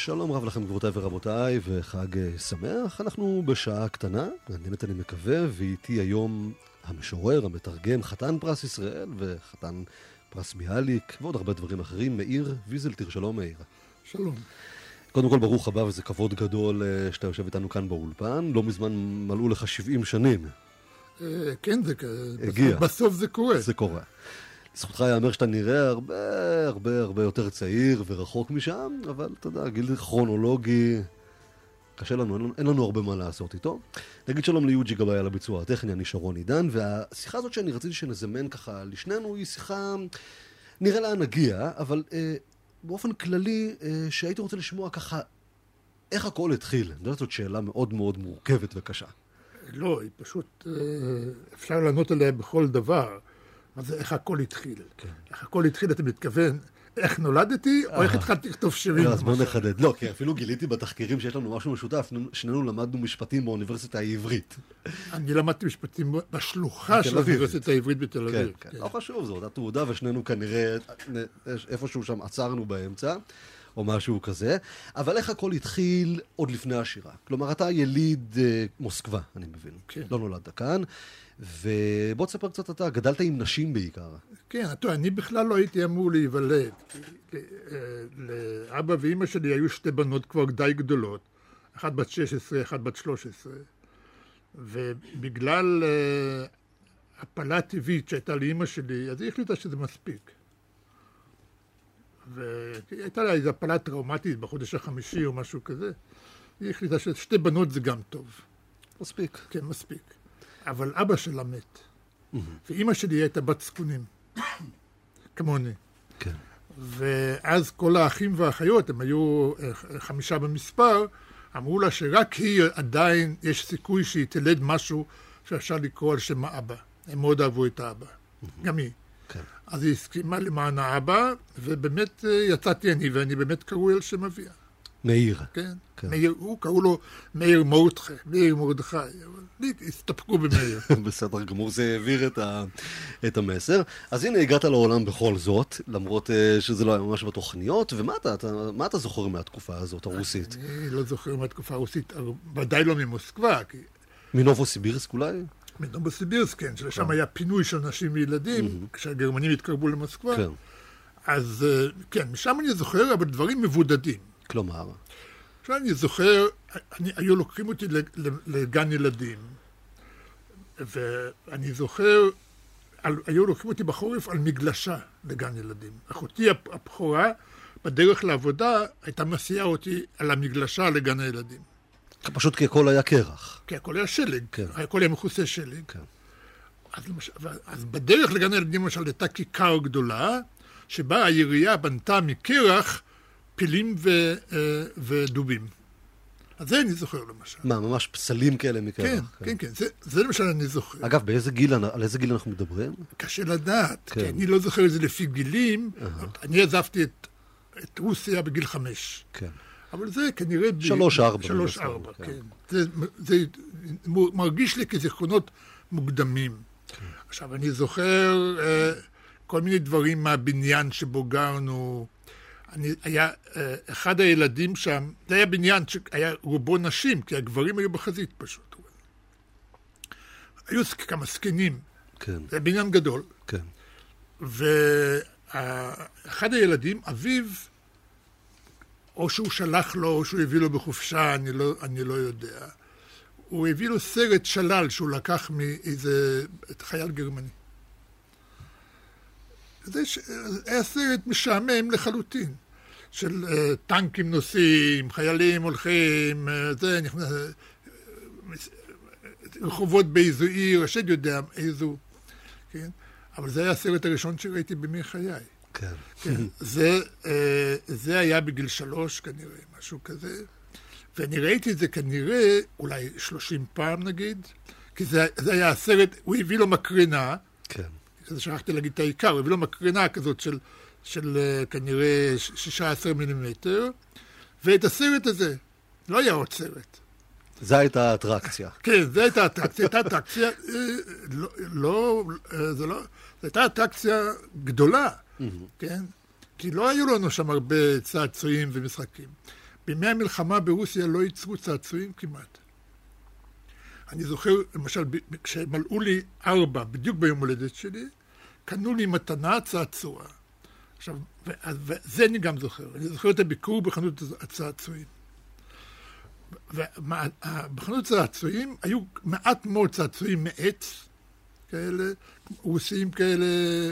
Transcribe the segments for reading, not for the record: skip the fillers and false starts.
שלום רב לכם גבירותיי ורבותיי וחג שמח. אנחנו בשעה קטנה, מעניינת אני מקווה, ואיתי היום המשורר, המתרגם, חתן פרס ישראל וחתן פרס ביאליק ועוד הרבה דברים אחרים, מאיר ויזלטיר. שלום מאיר. שלום. קודם כל ברוך הבא, וזה כבוד גדול שאתה יושב איתנו כאן באולפן. לא מזמן מלאו לך 70 שנים. כן, זה הגיע. בסוף זה קורה. זה קורה. לזכותך יאמר שאתה נראה הרבה יותר צעיר ורחוק משם, אבל אתה יודע, גיל כרונולוגי קשה לנו, אין לנו הרבה מה לעשות איתו. נגיד שלום ליוג'י גבאי על הביצוע הטכני, אני שרון עידן, והשיחה הזאת שאני רציתי שנזמן ככה לשנינו היא שיחה נראה לה נגיע, אבל באופן כללי שהייתי רוצה לשמוע ככה איך הכל התחיל. אני יודעת, זאת שאלה מאוד מאוד מורכבת וקשה. לא, היא פשוט אפשר לענות עליה בכל דבר. מה זה, איך הכל התחיל? כן. איך הכל התחיל, אתה מתכוון, איך נולדתי, או איך התחלתי לכתוב שירים? אז בוא נחדד. לא, כי אפילו גיליתי בתחקירים שיש לנו משהו משותף, שנינו למדנו משפטים באוניברסיטה העברית. אני למדתי משפטים בשלוחה של האוניברסיטה העברית בתל אביב. כן, לא חשוב, זו אותה תעודה, ושנינו כנראה איפשהו שם עצרנו באמצע, או משהו כזה. אבל איך הכל התחיל עוד לפני השירה? כלומר, אתה יליד מוסקבה, אני מבין. כן. לא נולדת כאן. ובוא תספר קצת, אתה גדלת עם נשים בעיקר. כן, אני בכלל לא הייתי אמור להיוולד. לאבא ואמא שלי היו שתי בנות כבר די גדולות, אחת בת 16, אחת בת 13, ובגלל הפלה טבעית שהייתה לאמא שלי, אז היא החליטה שזה מספיק. והייתה לה איזו הפלה טראומטית בחודש החמישי או משהו כזה, היא החליטה ששתי בנות זה גם טוב. מספיק. כן, מספיק. אבל אבא שלה מת. ואמא שלי הייתה בת זקונים. כמוני. כן. ואז כל האחים והאחיות, הם היו 5 במספר, אמרו לה שרק היא עדיין, יש סיכוי שהיא תלד משהו שאפשר לקרוא על שם האבא. הם מאוד אהבו את האבא. גם היא. כן. אז היא הסכימה למען האבא, ובאמת יצאתי אני, ואני באמת קראו על שם אביה. מאיר. כן. מאיר, הוא קראו לו מאיר מרדכי, מאיר מרדכי. הסתפקו במאיר. בסדר גמור, זה העביר את המסר. אז הנה הגעת לעולם בכל זאת, למרות שזה לא היה ממש בתוכניות, ומה אתה זוכר מהתקופה הזאת, הרוסית? אני לא זוכר מהתקופה הרוסית, ודאי לא ממוסקבה. מנובוסיבירסק אולי? מנובוסיבירסק, כן, שלשם היה פינוי של נשים וילדים, כשהגרמנים התקרבו למוסקבה. אז כן, משם אני זוכר, אבל דברים מבודדים. כלומר? עכשיו אני זוכר, היו לוקחים אותי לגן ילדים, ואני זוכר, היו לוקחים אותי בחורף על מגלשה לגן ילדים. אחותי הבכורה, בדרך לעבודה, הייתה מסיעה אותי על המגלשה לגן הילדים. פשוט כי הכל היה קרח. כי הכל היה שלג, כן. הכל היה מכוסה שלג. כן. אז בדרך לגן הילדים, למשל, הייתה כיכר גדולה, שבה העירייה בנתה מקרח, פילים ודובים. אז זה אני זוכר למשל. מה, ממש פסלים כאלה מקרח? כן. זה למשל אני זוכר. אגב, על איזה גיל אנחנו מדברים? קשה לדעת, כי אני לא זוכר את זה לפי גילים. אני עזבתי את רוסיה בגיל 5. כן. אבל זה כנראה... 3-4. 3-4, כן. זה מרגיש לי כזיכרונות מוקדמים. עכשיו, אני זוכר כל מיני דברים מהבניין שבו גרנו. היה אחד הילדים שם, זה היה בניין שהיה רובו נשים, כי הגברים היו בחזית פשוט. היו כמה סקנים. כן. זה היה בניין גדול. כן. ואחד הילדים, אביו, או שהוא שלח לו, או שהוא הביא לו בחופשה, אני לא יודע. הוא הביא לו סרט שלל שהוא לקח מאיזה חייל גרמני. זה היה סרט משעמם לחלוטין, של טנקים נוסעים, חיילים הולכים, רחובות באיזו עיר, השד יודע איזו, כן? אבל זה היה הסרט הראשון שראיתי בימי חיי. כן. כן. זה היה בגיל 3 כנראה, משהו כזה, ואני ראיתי את זה כנראה אולי 30 פעם נגיד, כי זה היה הסרט, הוא הביא לו מקרינה, כן. אז שכחתי להגיד את העיקר, הוא הביא לו מקרינה כזאת של כנראה 16 מילימטר, ואת הסרט הזה, לא היה עוד סרט. זו הייתה האטרקציה. כן, זו הייתה האטרקציה. הייתה אטרקציה, זו הייתה אטרקציה גדולה, כן? כי לא היו לנו שם הרבה צעצועים ומשחקים. בימי המלחמה ברוסיה לא ייצרו צעצועים כמעט. אני זוכר, למשל, כשמלאו לי 4, בדיוק ביום הולדת שלי, קנו לי מתנה צעצוע. עכשיו, וזה אני גם זוכר. אני זוכר את הביקור בחנות הצעצועים. בחנות הצעצועים היו מעט מאוד צעצועים מעץ, כאלה, רוסיים כאלה,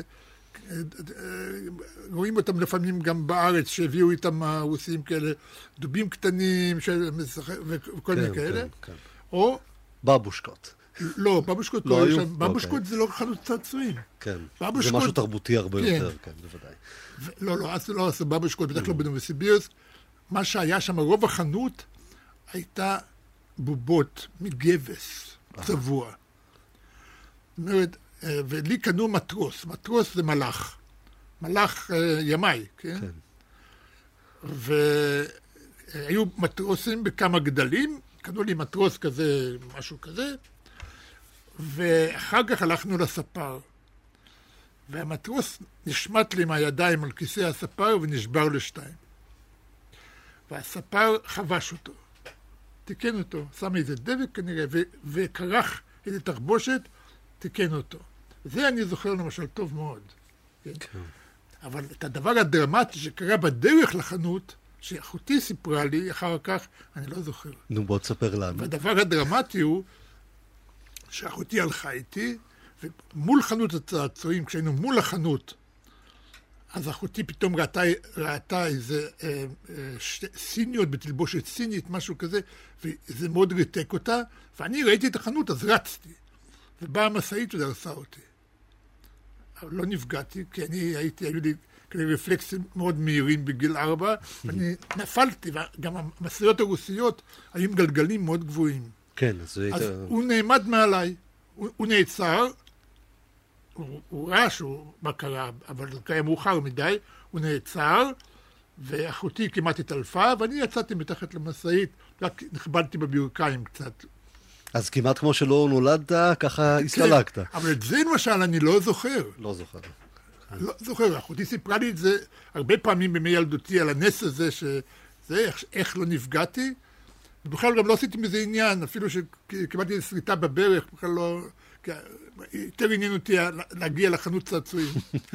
רואים אותם לפעמים גם בארץ, שהביאו איתם הרוסיים כאלה, דובים קטנים וכל מיני כאלה. או... בבושקות. לא, בבושקות לא היו שם. בבושקות זה לא חנות צעצועים. כן, זה משהו תרבותי הרבה יותר, כן, בוודאי. לא, אז לא עשו בבושקות, בדרך כלל בנובסיבירסק. מה שהיה שם, רוב החנות הייתה בובות מגבס, צבוע. זאת אומרת, ולי קנו מטרוס. מטרוס זה מלאך. מלאך ימי, כן? והיו מטרוסים בכמה גדלים, קנו לי מטרוס כזה, משהו כזה, ואחר כך הלכנו לספר. והמטרוס נשמט לי מהידיים על כיסא הספר ונשבר לשתיים. והספר חבש אותו. תיקן אותו, שם איזה דבק כנראה, וקרח איזה תחבושת, תיקן אותו. זה אני זוכר למשל טוב מאוד. כן? כן. אבל את הדבר הדרמטי שקרה בדרך לחנות, שאחותי סיפרה לי אחר כך, אני לא זוכר. נו, בוא תספר לנו. והדבר הדרמטי הוא שאחותי הלכה איתי, ומול חנות הצעצועים, כשהיינו מול החנות, אז אחותי פתאום ראתה איזה סיניות בתלבושת סינית, משהו כזה, וזה מאוד ריתק אותה, ואני ראיתי את החנות, אז רצתי. ובאה המשאית ודרסה אותי. אבל לא נפגעתי, כי היו לי כאלה רפלקסים מאוד מהירים בגיל 4, ואני נפלתי, וגם המשאיות הרוסיות היו עם גלגלים מאוד גבוהים. כן, אז הוא נעמד מעליי, הוא נעצר, הוא ראה מה קרה, אבל זה קרה מאוחר מדי, הוא נעצר, ואחותי כמעט התעלפה, ואני יצאתי מתחת למשאית, רק נכבדתי בברכיים קצת. אז כמעט כמו שלא נולדת, ככה הסתלקת. כן, אבל את זה למשל אני לא זוכר. לא זוכר. לא זוכר, אחותי סיפרה לי את זה הרבה פעמים בימי ילדותי, על הנס הזה, איך לא נפגעתי, ובכלל גם לא עשיתי מזה עניין, אפילו שקיבלתי שריטה בברך, בכלל לא... יותר עניין אותי להגיע לחנות צעצועים.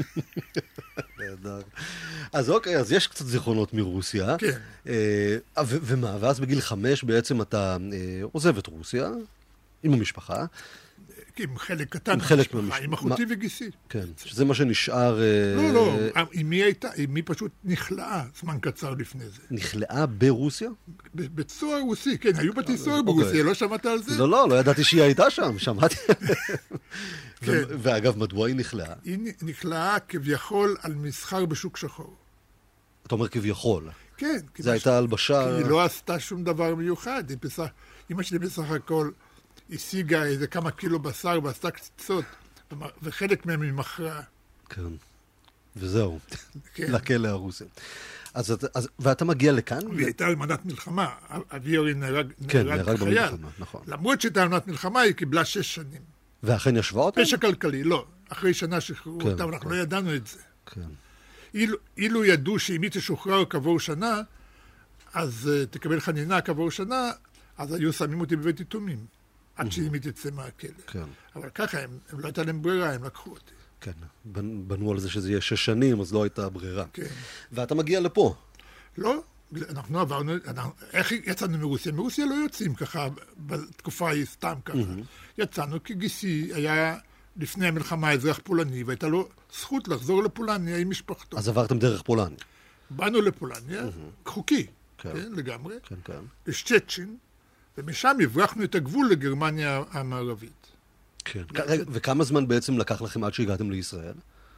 אז אוקיי, אז יש קצת זיכרונות מרוסיה. כן. ומה? ואז בגיל 5 בעצם אתה עוזב את רוסיה, עם המשפחה. עם חלק קטן, עם אחותי וגיסי. כן, שזה מה שנשאר... לא, אמי פשוט נכלאה זמן קצר לפני זה. נכלאה ברוסיה? בית סוהר רוסי, כן, היו בתי סוהר ברוסיה, לא שמעת על זה? לא ידעתי שהיא הייתה שם, שמעתי. ואגב, מדוע היא נכלאה? היא נכלאה כביכול על מסחר בשוק שחור. אתה אומר כביכול? כן. זה הייתה הלבשה... כי היא לא עשתה שום דבר מיוחד, אמא שלי בסך הכל... השיגה איזה כמה קילו בשר ועשתה קציצות, וחלק מהם היא מכרה. כן, וזהו, לכלא הרוסי. ואתה מגיע לכאן? והיא הייתה אלמנת מלחמה, אבי אורי נהרג בחייל. נכון. למרות שהייתה אלמנת מלחמה, היא קיבלה 6 שנים. ואכן ישבה אותה? פשע כלכלי, לא. אחרי שנה שחררו אותה, אנחנו לא ידענו את זה. אילו ידעו שאם היא תשוחרר כעבור שנה, אז תקבל חנינה כעבור שנה, אז היו שמים אותי בבית יתומים. עד שהיא תצא מהכלא. כן. אבל ככה, הם לא הייתה להם ברירה, הם לקחו אותי. כן, בנו על זה שזה יהיה 6 שנים, אז לא הייתה ברירה. כן. ואתה מגיע לפה. לא, אנחנו עברנו, איך יצאנו מרוסיה? מרוסיה לא יוצאים ככה, בתקופה ההיא סתם ככה. יצאנו כי גיסי היה לפני המלחמה אזרח פולני, והייתה לו זכות לחזור לפולניה עם משפחתו. אז עברתם דרך פולניה. באנו לפולניה, חוקי, כן, לגמרי. כן, כן. לשצ'צ'ין. ומשם הברחנו את הגבול לגרמניה המערבית. כן. וכמה זמן בעצם לקח לכם עד שהגעתם לישראל?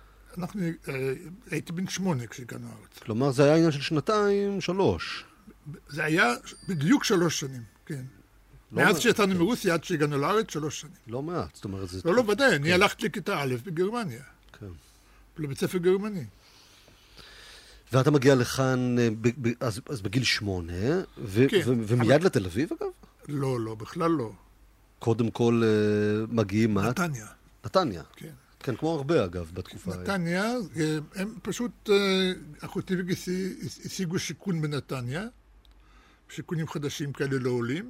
הייתי בן 8 כשהגענו הארץ. כלומר, זה היה עניין של 2, 3. זה היה בדיוק 3 שנים, כן. מאז שיצאנו מרוסיה עד שהגענו לארץ, 3 שנים. לא מעט, זאת אומרת... לא, ודאי, אני הלכתי לכיתה א' בגרמניה. כן. לבית ספר גרמני. ואתה מגיע לכאן, אז בגיל 8, ומיד לתל אביב, אגב? לא, בכלל לא. קודם כל מגיעים מה? נתניה. נתניה? כן. כן, כמו הרבה, אגב, בתקופה. נתניה, הם פשוט, אחותי וגיסי השיגו שיכון בנתניה, שיכונים חדשים כאלה לא עולים.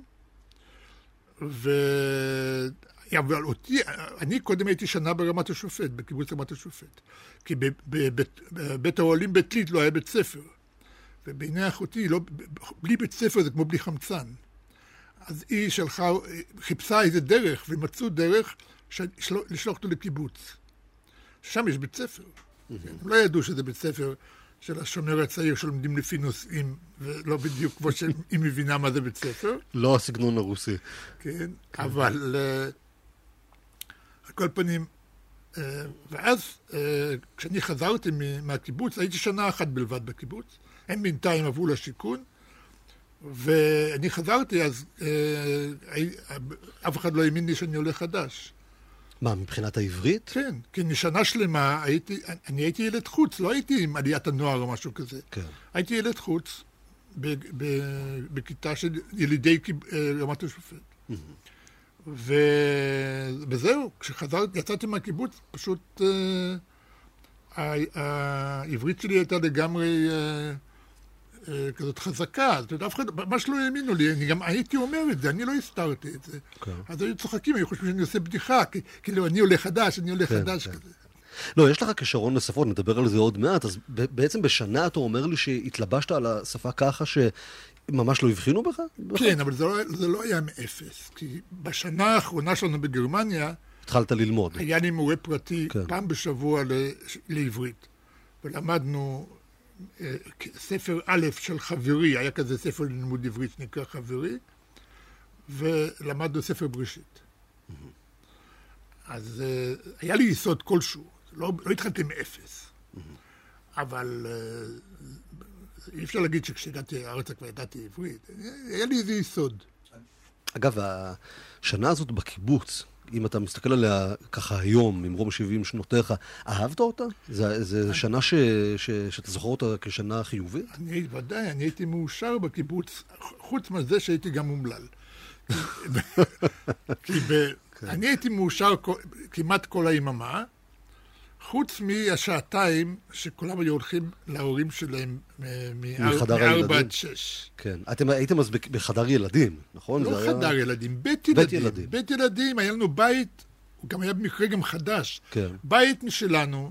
אבל אותי, אני קודם הייתי שנה ברמת השופט, בקיבוץ רמת השופט. כי בבית האוהלים בית ליד לא היה בית ספר. ובעיני אחותי, בלי בית ספר זה כמו בלי חמצן. אז היא חיפשה איזה דרך, ומצאו דרך לשלוח אותו לקיבוץ. שם יש בית ספר. לא ידעו שזה בית ספר של השומר הצעיר שלומדים לפי נושאים, ולא בדיוק כמו שהיא מבינה מה זה בית ספר. לא הסגנון הרוסי. כן, אבל על כל פנים, ואז כשאני חזרתי מהקיבוץ, הייתי שנה אחת בלבד בקיבוץ, הם בינתיים עברו לשיכון, ואני חזרתי, אז אף אחד לא האמין לי שאני עולה חדש. מה, מבחינת העברית? כן, כי שנה שלמה אני הייתי ילד חוץ, לא הייתי עם עליית הנוער או משהו כזה. כן. הייתי ילד חוץ בכיתה של ילידי רמת השופט. וזהו, כשחזרתי, יצאתי מהקיבוץ, פשוט העברית שלי הייתה לגמרי כזאת חזקה, אף אחד ממש לא האמינו לי, אני גם הייתי אומר את זה, אני לא הסתרתי את זה. אז היו צוחקים, היו חושבים שאני עושה בדיחה, כאילו אני עולה חדש, אני עולה חדש כזה. לא, יש לך כשרון נוספות, נדבר על זה עוד מעט, אז בעצם בשנה אתה אומר לי שהתלבשת על השפה ככה שממש לא הבחינו בך? כן, אבל זה לא היה מאפס, כי בשנה האחרונה שלנו בגרמניה, התחלת ללמוד. היה לי מורה פרטי פעם בשבוע לעברית, ולמדנו ספר א' של חברי, היה כזה ספר ללימוד עברית שנקרא חברי, ולמדנו ספר בראשית. אז היה לי יסוד כלשהו, לא התחלתי מאפס. אבל אי אפשר להגיד שכשהגעתי לארץ כבר ידעתי עברית, היה לי איזה יסוד. אגב, השנה הזאת בקיבוץ, אם אתה מסתכל עליה ככה היום, ממרום 70 שנותיך, אהבת אותה? זה שנה שאתה זוכר אותה כשנה חיובית? ודאי, אני הייתי מאושר בקיבוץ, חוץ מזה שהייתי גם מומלל. אני הייתי מאושר כמעט כל היממה, חוץ מהשעתיים שכולם היו הולכים להורים שלהם מ-4 עד 6. כן. אתם הייתם אז בחדר ילדים, נכון? לא חדר ילדים, בית ילדים. בית ילדים, היה לנו בית, הוא גם היה במקרה גם חדש. בית משלנו,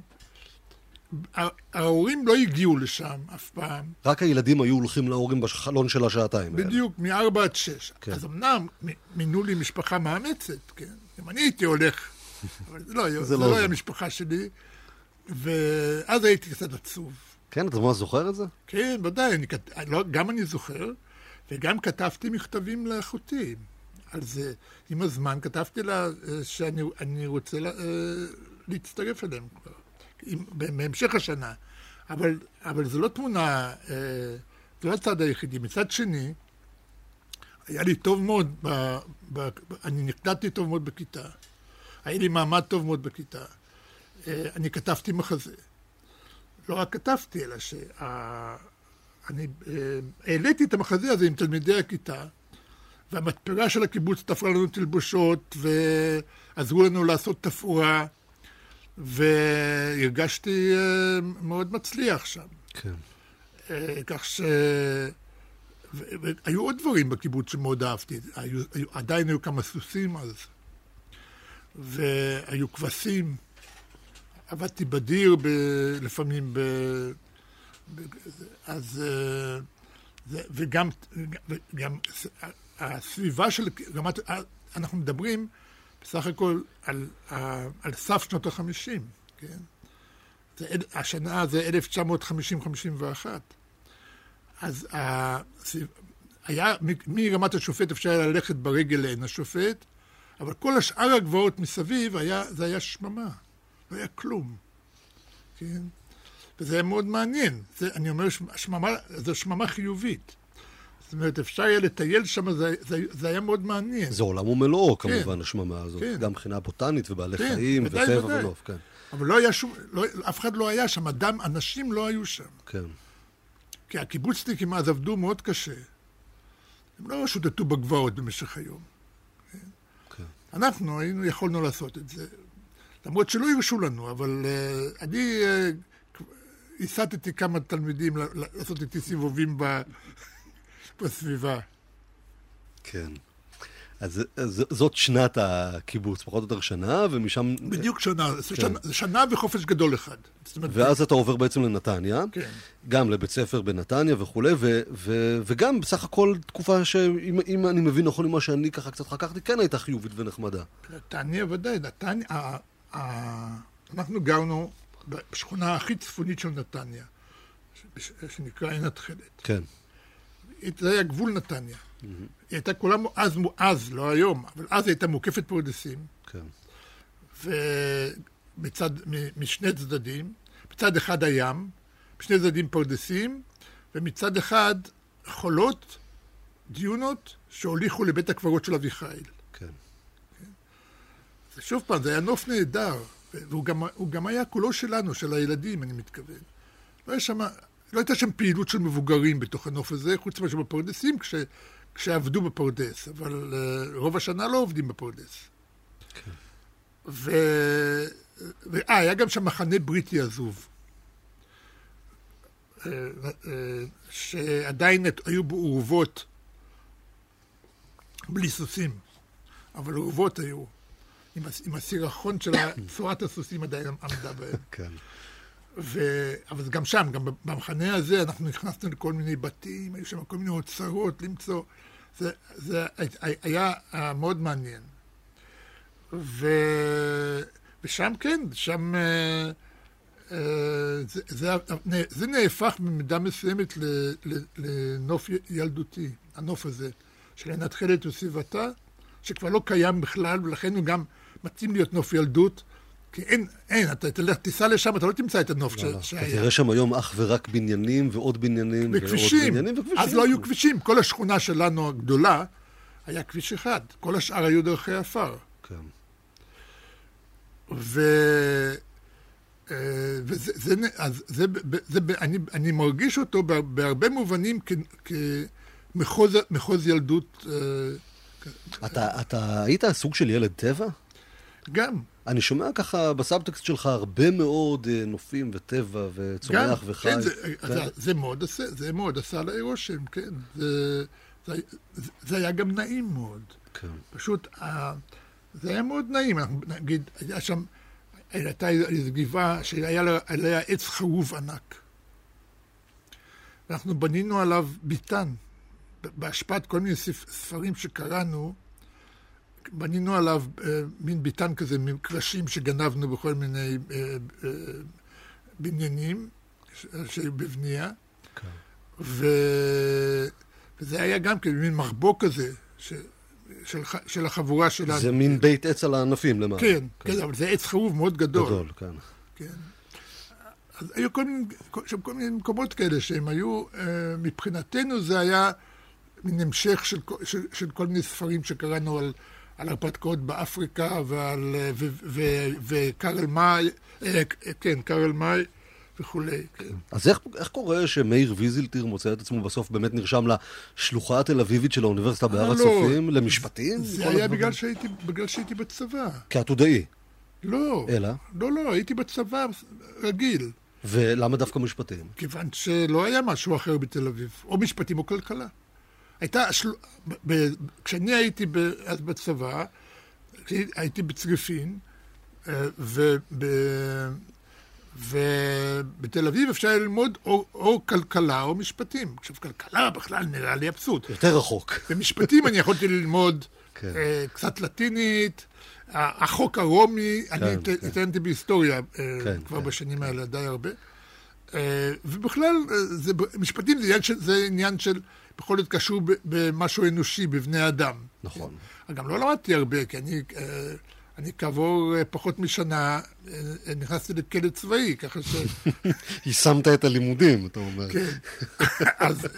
ההורים לא הגיעו לשם אף פעם. רק הילדים היו הולכים להורים בחלון של השעתיים. בדיוק, מ-4 עד 6. אז אמנם מינו לי משפחה מאמצת, כן? גם אני הייתי הולך, אבל זה לא היה משפחה שלי, ואז הייתי קצת עצוב. כן, אתה ממש זוכר את זה? כן, ודאי, גם אני זוכר, וגם כתבתי מכתבים לאחותי על זה. עם הזמן כתבתי לה שאני רוצה להצטרף אליהם כבר. בהמשך השנה, אבל זו לא תמונה, זה לא הצד היחידי. מצד שני, היה לי טוב מאוד, אני נקלטתי טוב מאוד בכיתה, היה לי מעמד טוב מאוד בכיתה, אני כתבתי מחזה. לא רק כתבתי, אלא שאני העליתי את המחזה הזה עם תלמידי הכיתה, והמתפרה של הקיבוץ תפרה לנו תלבושות, ועזרו לנו לעשות תפאורה, והרגשתי מאוד מצליח שם. כן. כך היו עוד דברים בקיבוץ שמאוד אהבתי. עדיין היו כמה סוסים אז. והיו כבשים. עבדתי בדיר לפעמים. אז... וגם הסביבה של... אנחנו מדברים... בסך הכל על סף שנות ה-50, כן? השנה זה 1950-51. אז היה, מרמת השופט אפשר היה ללכת ברגל לעין השופט, אבל כל השאר הגבעות מסביב זה היה שממה, לא היה כלום, כן? וזה היה מאוד מעניין. אני אומר, זו שממה חיובית. זאת אומרת, אפשר היה לטייל שם, זה היה מאוד מעניין. זה עולם ומלואו, כמובן, השממה הזאת. גם מבחינה בוטנית ובעלי חיים וטבע ונוף, כן. אבל לא היה שום, אף אחד לא היה שם, אנשים לא היו שם. כן. כי הקיבוצניקים אז עבדו מאוד קשה. הם לא שוטטו בגבעות במשך היום. אנחנו יכולנו לעשות את זה. למרות שלא הרשו לנו, אבל אני הסעתי כמה תלמידים לעשות איתי סיבובים בסביבה. כן. אז זאת שנת הקיבוץ, פחות או יותר שנה, ומשם... בדיוק שנה, זה שנה וחופש גדול אחד. ואז אתה עובר בעצם לנתניה, כן. גם לבית ספר בנתניה וכו', וגם בסך הכל תקופה שאם אני מבין נכון ממה שאני ככה קצת חככתי, כן הייתה חיובית ונחמדה. נתניה ודאי, נתניה, אנחנו גרנו בשכונה הכי צפונית של נתניה, שנקרא עין התכלת. כן. זה היה גבול נתניה. היא הייתה כולה, אז, לא היום, אבל אז הייתה מוקפת פרדסים. כן. משני צדדים, מצד אחד הים, בשני צדדים פרדסים, ומצד אחד חולות, דיונות, שהוליכו לבית הקברות של אביחיל. כן. שוב פעם, זה היה נוף נהדר, והוא גם היה כולו שלנו, של הילדים, אני מתכוון. לא הייתה שם פעילות של מבוגרים בתוך הנוף הזה, חוץ מאשר בפרדסים, כשעבדו בפרדס, אבל רוב השנה לא עובדים בפרדס. כן. היה גם שם מחנה בריטי עזוב, שעדיין היו בו אורוות בלי סוסים, אבל אורוות היו, עם הסירחון של צורת הסוסים עדיין עמדה בהם. כן. אבל גם שם, גם במחנה הזה, אנחנו נכנסנו לכל מיני בתים, היו שם כל מיני אוצרות למצוא, זה היה מאוד מעניין. ושם כן, שם זה נהפך במידה מסוימת לנוף ילדותי, הנוף הזה, של עין התכלת וסביבתה, שכבר לא קיים בכלל, ולכן הוא גם מתאים להיות נוף ילדות, כי אין, אתה תיסע לשם, אתה לא תמצא את הנוף שהיה. אתה תראה שם היום אך ורק בניינים ועוד בניינים וכבישים. אז לא היו כבישים, כל השכונה שלנו הגדולה היה כביש אחד, כל השאר היו דרכי עפר. כן. אני מרגיש אותו בהרבה מובנים כמחוז ילדות. אתה היית סוג של ילד טבע? גם. אני שומע ככה בסאבטקסט שלך הרבה מאוד נופים וטבע וצומח וחי. כן, זה מאוד עשה עליי רושם, כן. זה היה גם נעים מאוד. כן. פשוט, זה היה מאוד נעים. נגיד, היה שם, הייתה איזו גבעה שהיה עליה עץ חרוב ענק. ואנחנו בנינו עליו ביתן. בהשפעת כל מיני ספרים שקראנו, בנינו עליו מין ביתן כזה, מין קרשים שגנבנו בכל מיני בניינים בבנייה. כן. וזה היה גם כן מין מחבוא כזה של החבורה שלנו. זה מין בית עץ על הענפים למעלה. כן, כן, אבל זה עץ חרוב מאוד גדול. גדול, כן. כן. אז היו כל מיני מקומות כאלה שהם היו, מבחינתנו זה היה מין המשך של כל מיני ספרים שקראנו על הרפתקאות באפריקה וקרל מאי, כן, קרל מאי וכולי. אז איך קורה שמאיר ויזלטיר מוצא את עצמו בסוף באמת נרשם לשלוחה התל אביבית של האוניברסיטה בהר הצופים, למשפטים? זה היה בגלל שהייתי בצבא. כעתודאי? לא. אלא? לא, הייתי בצבא רגיל. ולמה דווקא משפטים? כיוון שלא היה משהו אחר בתל אביב, או משפטים או כלכלה. כשאני הייתי אז בצבא, הייתי בצריפין, ובתל אביב אפשר ללמוד או כלכלה או משפטים. עכשיו, כלכלה בכלל נראה לי אבסורד. יותר רחוק. במשפטים אני יכולתי ללמוד קצת לטינית, החוק הרומי, אני התעניינתי בהיסטוריה כבר בשנים האלה די הרבה. ובכלל, משפטים זה עניין של בכל זאת קשור במשהו אנושי, בבני אדם. נכון. גם לא למדתי הרבה, כי אני כעבור פחות משנה נכנסתי לכלא צבאי, ככה ש... יישמת את הלימודים, אתה אומר. כן. אז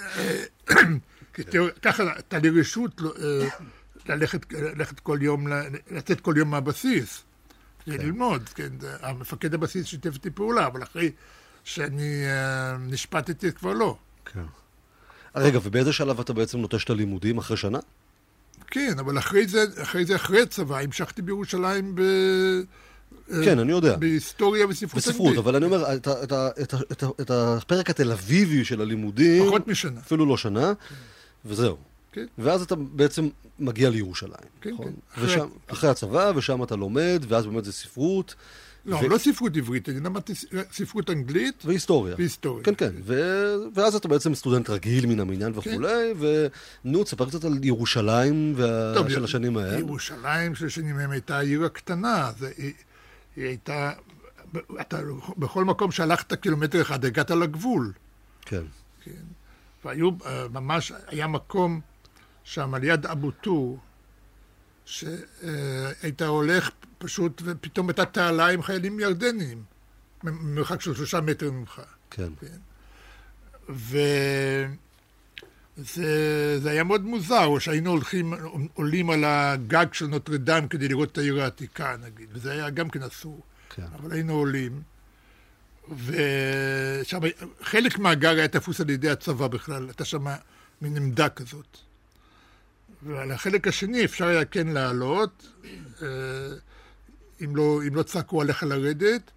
ככה, הייתה לי רשות ללכת כל יום, לצאת כל יום מהבסיס, ללמוד. המפקד הבסיס שיתף איתי פעולה, אבל אחרי שאני נשפטתי כבר לא. כן. רגע, ובאיזה שלב אתה בעצם נוטש את הלימודים אחרי שנה? כן, אבל אחרי הצבא, המשכתי בירושלים כן, אני יודע. בהיסטוריה וספרות אנגלית. בספרות, אבל אני אומר, את הפרק התל אביבי של הלימודים... פחות משנה. אפילו לא שנה. וזהו. כן. ואז אתה בעצם מגיע לירושלים. כן, נכון? כן. אחרי הצבא, ושם אתה לומד, ואז באמת זה ספרות. לא ספרות עברית, אני למדתי ספרות אנגלית. והיסטוריה. כן, כן. ואז אתה בעצם סטודנט רגיל מן המניין וכולי, ונו, תספר קצת על ירושלים של השנים ההם. ירושלים של השנים ההם הייתה העיר הקטנה, היא הייתה, בכל מקום שהלכת קילומטר אחד, הגעת לגבול. כן. והיו ממש, היה מקום שם על יד אבו טור, שהיית הולך פשוט, ופתאום הייתה תעלה עם חיילים ירדנים, ממרחק של 3 מטר ממך. כן. וזה היה מאוד מוזר, או שהיינו עולים על הגג של נוטרדם כדי לראות את העיר העתיקה, נגיד, וזה היה גם כן אסור. כן. אבל היינו עולים, ושם חלק מהגג היה תפוס על ידי הצבא בכלל, הייתה שם מין עמדה כזאת. ועל החלק השני אפשר היה כן לעלות, אם לא צעקו עליך לרדת,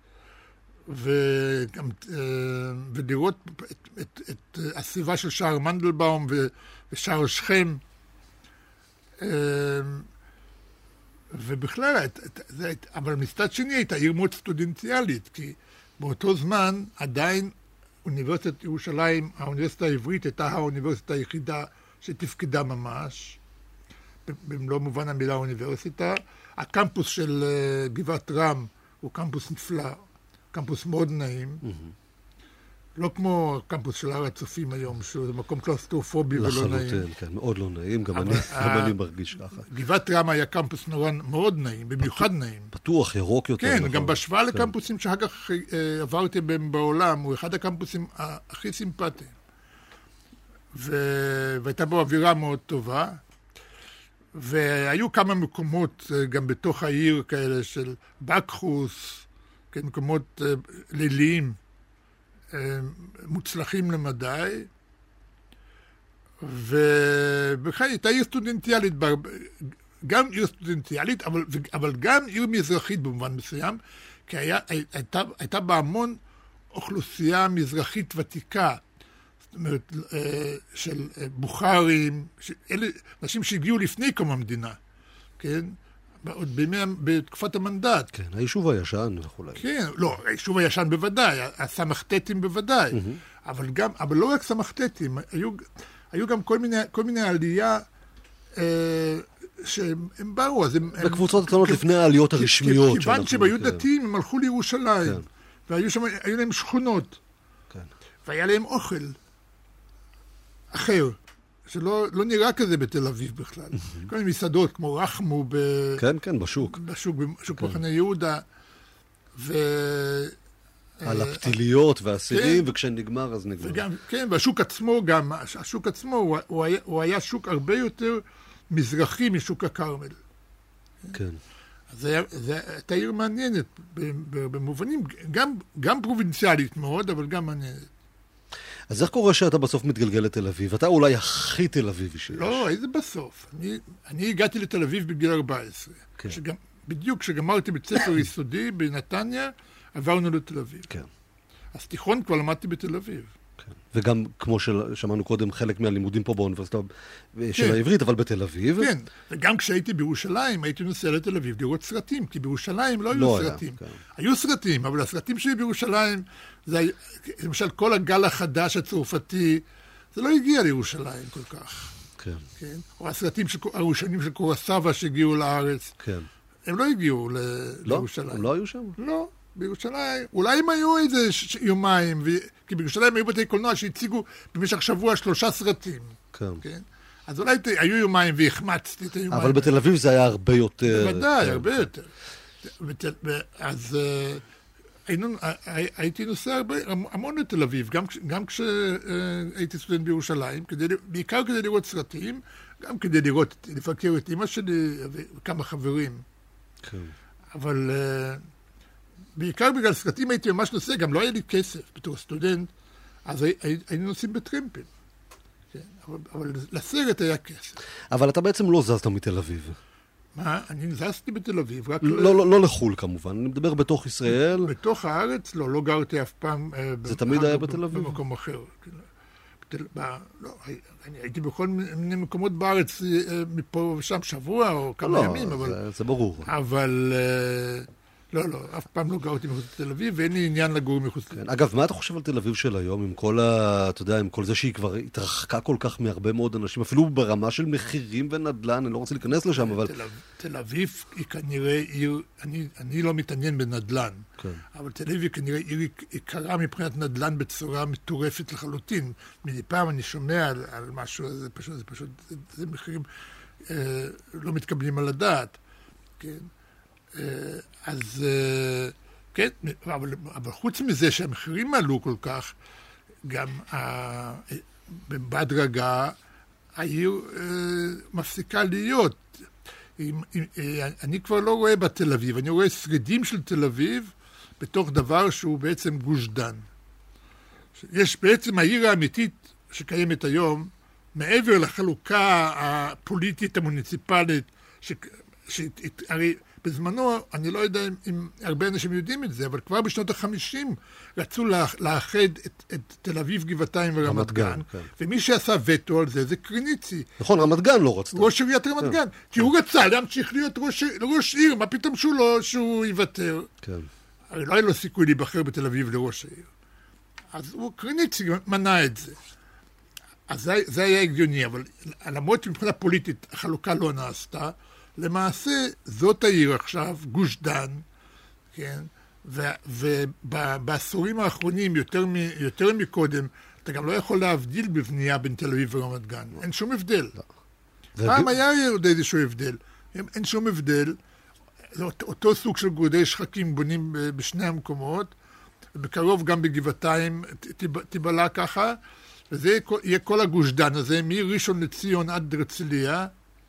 ולראות את הסביבה של שער מנדלבאום ושער שכם. ובכלל, אבל מצד שני הייתה עיר מאוד סטודנטיאלית, כי באותו זמן עדיין אוניברסיטת ירושלים, האוניברסיטה העברית הייתה האוניברסיטה היחידה שתפקדה ממש, במלוא מובן המילה אוניברסיטה. הקמפוס של גבעת רם הוא קמפוס נפלא, קמפוס מאוד נעים, לא כמו הקמפוס של הר הצופים היום, שהוא מקום קלאוסטרופובי ולא נעים. לחלוטין, כן, מאוד לא נעים, גם אני מרגיש ככה. גבעת רם היה קמפוס מאוד נעים, במיוחד נעים. פתוח, ירוק יותר. כן, גם בהשוואה לקמפוסים שאחר כך עברתי בהם בעולם, הוא אחד הקמפוסים הכי סימפטיים. והייתה בו אווירה מאוד טובה. והיו כמה מקומות גם בתוך העיר כאלה של בקחוס, כן, מקומות ליליים מוצלחים למדי, ובכלל הייתה עיר סטודנטיאלית, גם עיר סטודנטיאלית, אבל גם עיר מזרחית במובן מסוים, כי הייתה בה המון אוכלוסייה מזרחית ותיקה, זאת אומרת, של בוכרים, אלה אנשים שהגיעו לפני קום המדינה, כן? עוד בתקופת המנדט. כן, היישוב הישן וכולי. כן, לא, היישוב הישן בוודאי, הסמכתתים בוודאי, אבל לא רק סמכתתים, היו גם כל מיני עלייה שהם באו, אז הם... בקבוצות קטנות לפני העליות הרשמיות. כיוון שהם היו דתיים, הם הלכו לירושלים, והיו להם שכונות, והיה להם אוכל אחר, שלא נראה כזה בתל אביב בכלל. כל מיני מסעדות כמו רחמו כן, בשוק. בשוק מחנה יהודה. על הפתיליות והסירים, וכשנגמר אז נגמר. כן, והשוק עצמו גם, השוק עצמו הוא היה שוק הרבה יותר מזרחי משוק הכרמל. כן. אז הייתה עיר מעניינת במובנים, גם פרובינציאלית מאוד, אבל גם מעניינת. אז איך קורה שאתה בסוף מתגלגל לתל אביב? אתה אולי הכי תל אביבי שיש. לא, איזה בסוף. אני הגעתי לתל אביב בגיל 14. כן. בדיוק כשגמרתי בית ספר יסודי בנתניה, עברנו לתל אביב. כן. אז תיכון כבר למדתי בתל אביב. כן. וגם, כמו ששמענו קודם, חלק מהלימודים פה באוניברסיטה של העברית, אבל בתל אביב. כן, וגם כשהייתי בירושלים, הייתי נוסע לתל אביב לראות סרטים, כי בירושלים לא היו סרטים. היו סרטים, אבל הסרטים שלי בירושלים, למשל כל הגל החדש הצרפתי, זה לא הגיע לירושלים כל כך. כן. או הסרטים הראשונים של קורסאווה שהגיעו לארץ. כן. הם לא הגיעו לירושלים. הם לא היו שם? לא. בירושלים, אולי הם היו איזה יומיים, כי בירושלים היו בתי קולנוע שהציגו במשך שבוע 3 סרטים. כן. אז אולי היו יומיים והחמצתי את היומיים. אבל בתל אביב זה היה הרבה יותר. בוודאי, הרבה יותר. אז הייתי נוסע המון לתל אביב, גם כשהייתי סטודנט בירושלים, בעיקר כדי לראות סרטים, גם כדי לפקר את אמא שלי וכמה חברים. כן. אבל... בעיקר בגלל סרטים הייתי ממש נוסע, גם לא היה לי כסף בתור סטודנט, אז היינו נוסעים בטרמפים. כן, אבל לסרט היה כסף. אבל אתה בעצם לא זזת מתל אביב. מה? אני זזתי בתל אביב, רק... לא לחול כמובן, אני מדבר בתוך ישראל. בתוך הארץ? לא גרתי אף פעם... זה תמיד היה בתל אביב? במקום אחר. לא, אני הייתי בכל מיני מקומות בארץ, מפה ושם שבוע או כמה ימים, אבל... זה ברור. אבל... לא, אף פעם לא גרתי מחוץ לתל אביב, ואין לי עניין לגור מחוץ לתל אביב. אגב, מה אתה חושב על תל אביב של היום, עם כל אתה יודע, עם כל זה שהיא כבר התרחקה כל כך מהרבה מאוד אנשים, אפילו ברמה של מחירים ונדל"ן, אני לא רוצה להיכנס לשם, אבל... תל אביב היא כנראה עיר, אני לא מתעניין בנדל"ן, אבל תל אביב היא כנראה עיר יקרה מבחינת נדל"ן בצורה מטורפת לחלוטין. מדי פעם אני שומע על משהו, זה פשוט, זה מחירים לא מתקבלים על הדעת, כן? אז כן, אבל חוץ מזה שהמחירים עלו כל כך, גם בהדרגה העיר מפסיקה להיות. אני כבר לא רואה בתל אביב, אני רואה שרידים של תל אביב בתוך דבר שהוא בעצם גוש דן. יש בעצם העיר האמיתית שקיימת היום, מעבר לחלוקה הפוליטית המוניציפלית, הרי בזמנו, אני לא יודע אם הרבה אנשים יודעים את זה, אבל כבר בשנות ה-50 רצו לאחד את תל אביב, גבעתיים ורמת גן, כן. ומי שעשה וטו על זה קריניצי. נכון, רמת גן לא רצתה. ראש עיריית רמת גן, כי הוא רצה להמשיך להיות ראש עיר, מה פתאום שהוא יוותר? כן. הרי לא היה לו סיכוי להיבחר בתל אביב לראש העיר. אז הוא קריניצי מנע את זה. אז זה היה הגיוני, אבל למרות שמבחינה פוליטית החלוקה לא נעשתה, למעשה, זאת העיר עכשיו, גוש דן, כן? ובעשורים האחרונים, יותר מקודם, אתה גם לא יכול להבדיל בבנייה בין תל אביב ורמת גן. אין שום הבדל. פעם היה עוד איזשהו הבדל. אין שום הבדל. אותו סוג של גורדי שחקים בונים בשני המקומות, ובקרוב גם בגבעתיים תיבלה ככה, וזה יהיה כל הגוש דן הזה, מראשון לציון עד הרצליה,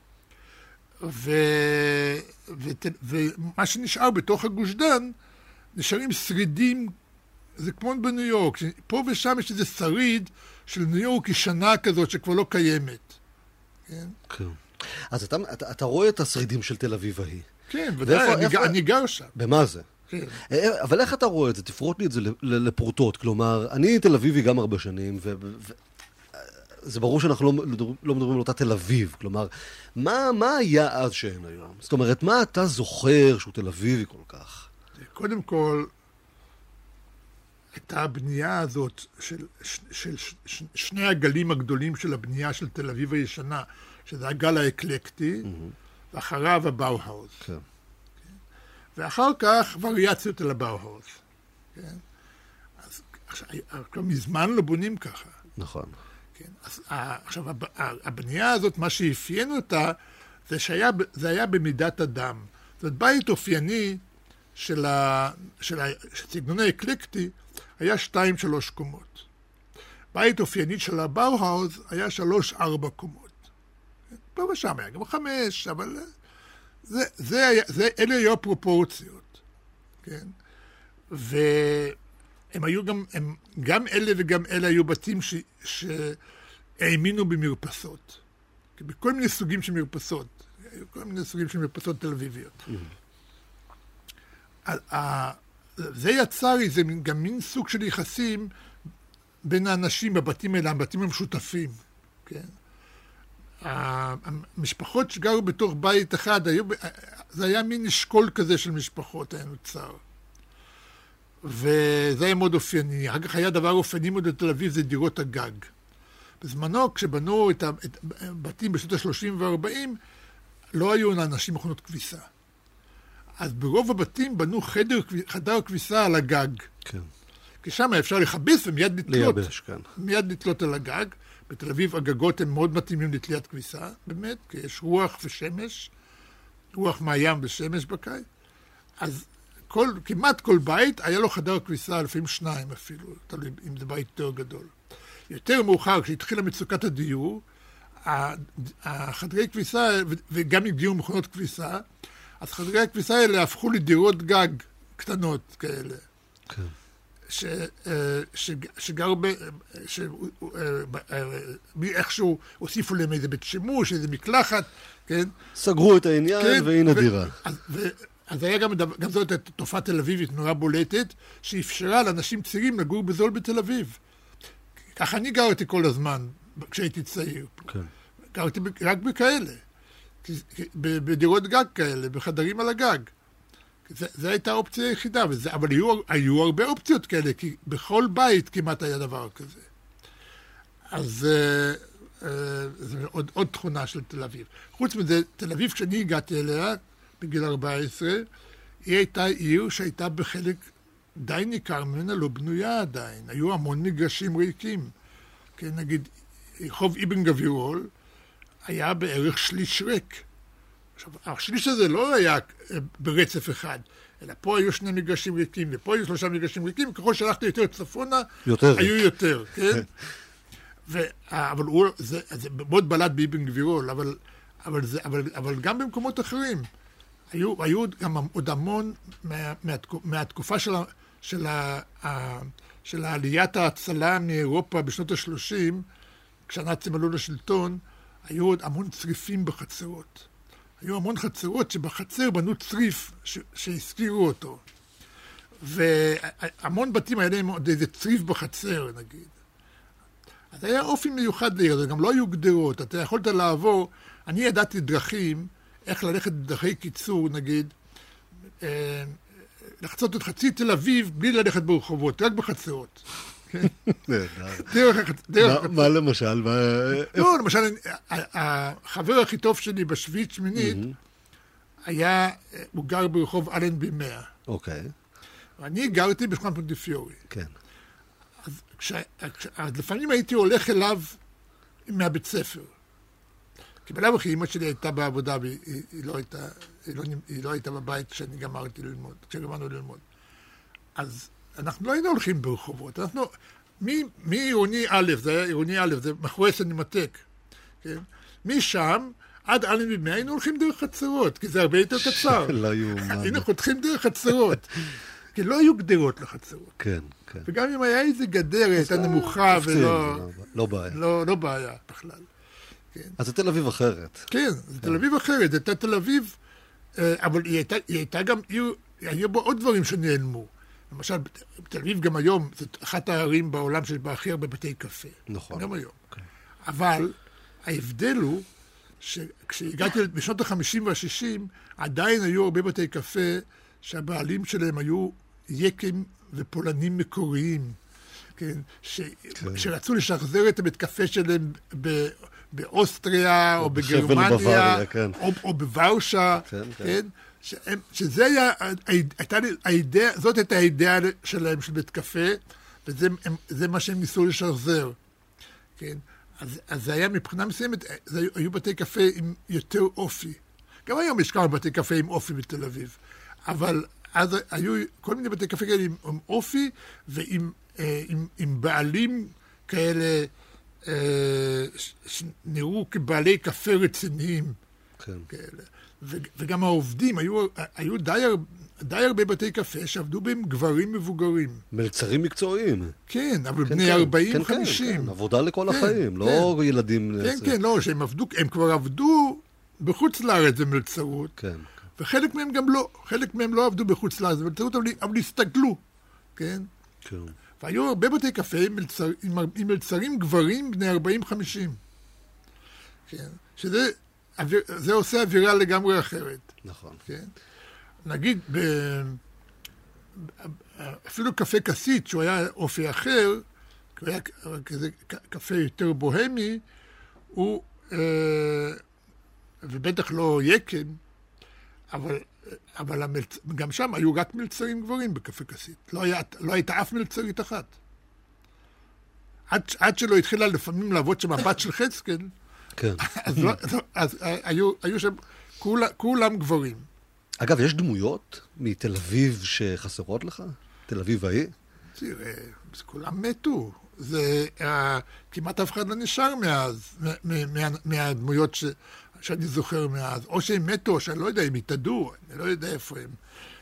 ומה שנשאר בתוך הגוש דן, נשארים שרידים, זה כמו בניו יורק, פה ושם יש איזה שריד של ניו יורק היא שנה כזאת שכבר לא קיימת. כן? כן. אז אתה רואה את השרידים של תל אביב ההיא. כן, ודאי, אני גר שם. במה זה? כן. אבל איך אתה רואה את זה? תפרוט לי את זה לפרוטות. כלומר, אני תל אביבי גם הרבה שנים, זה ברור שאנחנו לא מדברים על אותה תל אביב. כלומר, מה היה אז שאין היום? זאת אומרת, מה אתה זוכר שהוא תל אביבי כל כך? קודם כל, הייתה הבנייה הזאת של שני הגלים הגדולים של הבנייה של תל אביב הישנה, שזה הגל האקלקטי, ואחריו הבאוהאוז. כן. ואחר כך וריאציות על הבאוהאוז. כן? אז עכשיו, מזמן לא בונים ככה. נכון. כן? אז עכשיו, הבנייה הזאת, מה שאפיין אותה, זה היה במידת אדם. זאת אומרת, בית אופייני של הסגנון האקלקטי היה 2-3 קומות. בית אופייני של הבאוהאוז היה 3-4 קומות. פה ושם היה גם 5, אבל אלה היו הפרופורציות. כן? והם היו גם אלה וגם אלה היו בתים שהאמינו במרפסות. בכל מיני סוגים של מרפסות. כל מיני סוגים של מרפסות תל אביביות. זה יצר איזה גם מין סוג של יחסים בין האנשים בבתים האלה, הבתים המשותפים. כן? המשפחות שגרו בתוך בית אחד, זה היה מין אשכול כזה של משפחות, היה נוצר. וזה היה מאוד אופייני. אחר כך היה דבר אופייני מאוד לתל אביב, זה דירות הגג. בזמנו, כשבנו את הבתים בשנות ה-30 וה-40, לא היו לאנשים מכונות כביסה. אז ברוב הבתים בנו חדר כביסה על הגג. כן. כי שם אפשר לחבס ומיד לתלות. לייבש, כן. מיד לתלות על הגג. בתל אביב הגגות הם מאוד מתאימים לתליית כביסה, באמת, כי יש רוח ושמש, רוח מהים ושמש בקיץ. אז כמעט כל בית היה לו חדר כביסה, לפעמים 2 אפילו, תלוי אם זה בית יותר גדול. יותר מאוחר, כשהתחילה מצוקת הדיור, החדרי כביסה, וגם הגיעו מכונות כביסה, אז חדרי הכביסה האלה הפכו לדירות גג קטנות כאלה. כן. שגרו איכשהו הוסיפו להם איזה בית שימוש, איזה מקלחת, כן? סגרו את העניין, כן, והנה דירה. אז היה גם זאת תופעה תל אביבית נורא בולטת, שאפשרה לאנשים צעירים לגור בזול בתל אביב. ככה אני גרתי כל הזמן, כשהייתי צעיר. כן. גרתי רק בכאלה. בדירות גג כאלה, בחדרים על הגג. זו הייתה האופציה היחידה, אבל היו הרבה אופציות כאלה, כי בכל בית כמעט היה דבר כזה. אז זו עוד תכונה של תל אביב. חוץ מזה, תל אביב, כשאני הגעתי אליה, בגיל 14, היא הייתה עיר שהייתה בחלק די ניכר ממנה לא בנויה עדיין. היו המון מגרשים ריקים. כן, נגיד, רחוב אבן גבירול היה בערך שליש ריק. עכשיו, השליש הזה לא היה ברצף אחד, אלא פה היו 2 מגרשים ריקים, ופה היו 3 מגרשים ריקים, ככל שהלכתי יותר צפונה, היו יותר, כן? אבל זה מאוד בלט באבן גבירול, אבל גם במקומות אחרים. היו גם עוד המון מהתקופה של העליית ההצלה מאירופה בשנות ה-30, כשהנאצים עלו לשלטון, היו עוד המון צריפים בחצרות. היו המון חצרות שבחצר בנו צריף שהזכירו אותו. והמון בתים היה להם עוד איזה צריף בחצר, נגיד. אז היה אופי מיוחד לעיר, זה גם לא היו גדרות. אתה יכולת לעבור, אני ידעתי דרכים, איך ללכת בדרכי קיצור, נגיד, לחצות את חצי תל אביב בלי ללכת ברחובות, רק בחצרות. מה למשל? לא, למשל, החבר הכי טוב שלי בשביעית שמינית, הוא גר ברחוב אלנבי 100. אוקיי. ואני גרתי בשכונת מונטיפיורי. כן. אז לפעמים הייתי הולך אליו מהבית ספר. כי בלב אחי, אמא שלי הייתה בעבודה, והיא לא הייתה בבית כשאני גמרתי ללמוד, כשגמרנו ללמוד. אז אנחנו לא היינו הולכים ברחובות. אנחנו, מעירוני א', זה היה עירוני א', זה מאחורי סינמטק. כן? משם, עד אלנבי 100 היינו הולכים דרך חצרות, כי זה הרבה יותר קצר. לא יאומן. היינו חותכים דרך חצרות. כי לא היו גדרות לחצרות. כן, כן. וגם אם היה איזה גדר, הייתה נמוכה ולא... לא בעיה. לא בעיה בכלל. אז זה תל אביב אחרת. כן, זה תל אביב אחרת. זה הייתה תל אביב, אבל היא הייתה גם... היו בו עוד דברים שנעלמו. למשל, בתל אביב גם היום, זאת אחת הערים בעולם שיש בה הכי הרבה בתי קפה. נכון. גם היום. אבל ההבדל הוא שכשהגעתי בשנות ה-50 וה-60, עדיין היו הרבה בתי קפה שהבעלים שלהם היו יקם ופולנים מקוריים, כן? שרצו לשחזר את הבית קפה שלהם באוסטריה או בגרמניה או בוורשה, כן? שזה היה, זאת הייתה האידאה שלהם של בית קפה, וזה מה שהם ניסו לשחזר, כן? אז זה היה מבחינה מסוימת, היו בתי קפה עם יותר אופי. גם היום יש כמה בתי קפה עם אופי בתל אביב, אבל אז היו כל מיני בתי קפה כאלה עם אופי ועם בעלים כאלה שנראו כבעלי קפה רציניים כאלה. וגם העובדים, היו די הרבה בתי קפה שעבדו בהם גברים מבוגרים. מלצרים מקצועיים. כן, אבל בני 40-50. כן, עבודה לכל החיים, לא ילדים. כן, לא, הם כבר עבדו בחוץ לארץ במלצרות. כן. וחלק מהם גם לא, חלק מהם לא עבדו בחוץ לארץ במלצרות, אבל הסתגלו, כן? כן. והיו הרבה בתי קפה עם מלצרים גברים בני 40-50. כן? זה עושה אווירה לגמרי אחרת. נכון. כן? נגיד, אפילו קפה כסית, שהוא היה אופי אחר, הוא היה כזה קפה יותר בוהמי, הוא, ובטח לא יקן, אבל גם שם היו רק מלצרים גברים בקפה כסית. לא הייתה אף מלצרית אחת. עד שלא התחילה לפעמים לעבוד שם הבת של חזקאל, כן. אז היו שם כולם גברים. אגב, יש דמויות מתל אביב שחסרות לך? תל אביב ההיא? תראה, כולם מתו. כמעט אף אחד לא נשאר מהדמויות שאני זוכר מאז. או שהם מתו, או שאני לא יודע, הם התאדו, אני לא יודע איפה הם.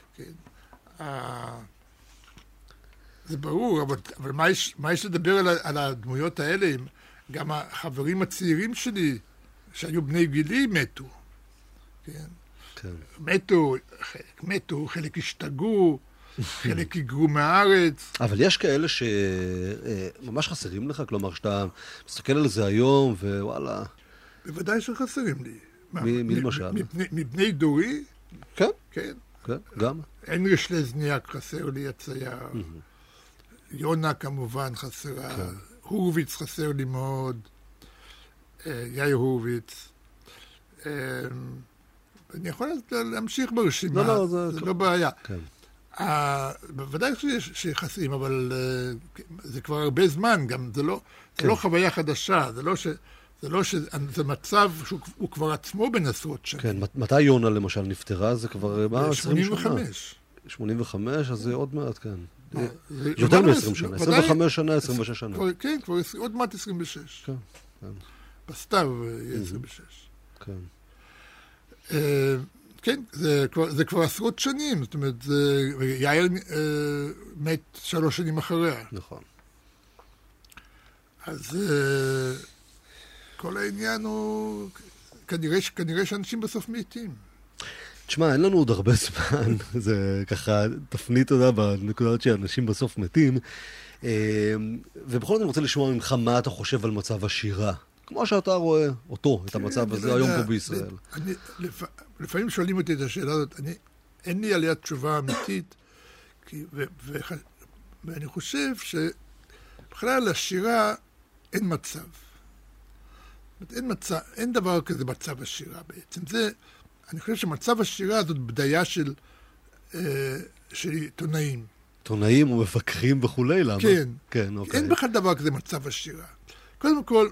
זה ברור, אבל מה יש לדבר על הדמויות האלה? גם החברים הצעירים שלי, שהיו בני גילי, מתו. כן. מתו, חלק השתגעו, חלק היגרו מהארץ. אבל יש כאלה שממש חסרים לך? כלומר, שאתה מסתכל על זה היום, ווואלה... בוודאי שחסרים לי. מי למשל? מבני דורי? כן. כן. כן, גם. הנריש לזניאק חסר לי הצייר. יונה כמובן חסרה. הורוביץ חסר לי מאוד. יאיר הורוביץ. אני יכול להמשיך ברשימה. לא, זה לא בעיה. כן. בוודאי שחסרים, אבל זה כבר הרבה זמן, גם זה לא חוויה חדשה, זה מצב שהוא כבר עצמו בין עשרות שנים. כן, מתי יונה למשל נפטרה? זה כבר 20 שנה. 85. 85, אז זה עוד מעט, כן. יותר מ-20 שנה, 25 שנה, 26 שנה. כן, כבר עוד מעט 26. כן, כן. בסתיו יהיה 26. כן. כן, זה כבר עשרות שנים, זאת אומרת, יאיר מת 3 שנים אחריה. נכון. אז כל העניין הוא, כנראה שאנשים בסוף מתים. תשמע, אין לנו עוד הרבה זמן, זה ככה תפנית, אתה יודע, בנקודות שאנשים בסוף מתים, ובכל זאת אני רוצה לשמוע ממך מה אתה חושב על מצב השירה. כמו שאתה רואה אותו, את המצב הזה היום פה בישראל. לפעמים שואלים אותי את השאלה הזאת, אין לי עליה תשובה אמיתית, ואני חושב שבכלל לשירה אין מצב. אין דבר כזה מצב השירה בעצם. אני חושב שמצב השירה זאת בדיה של עיתונאים. עיתונאים ומפקחים וכולי, למה? כן. כן, אוקיי. אין בכלל דבר כזה מצב השירה. קודם כל,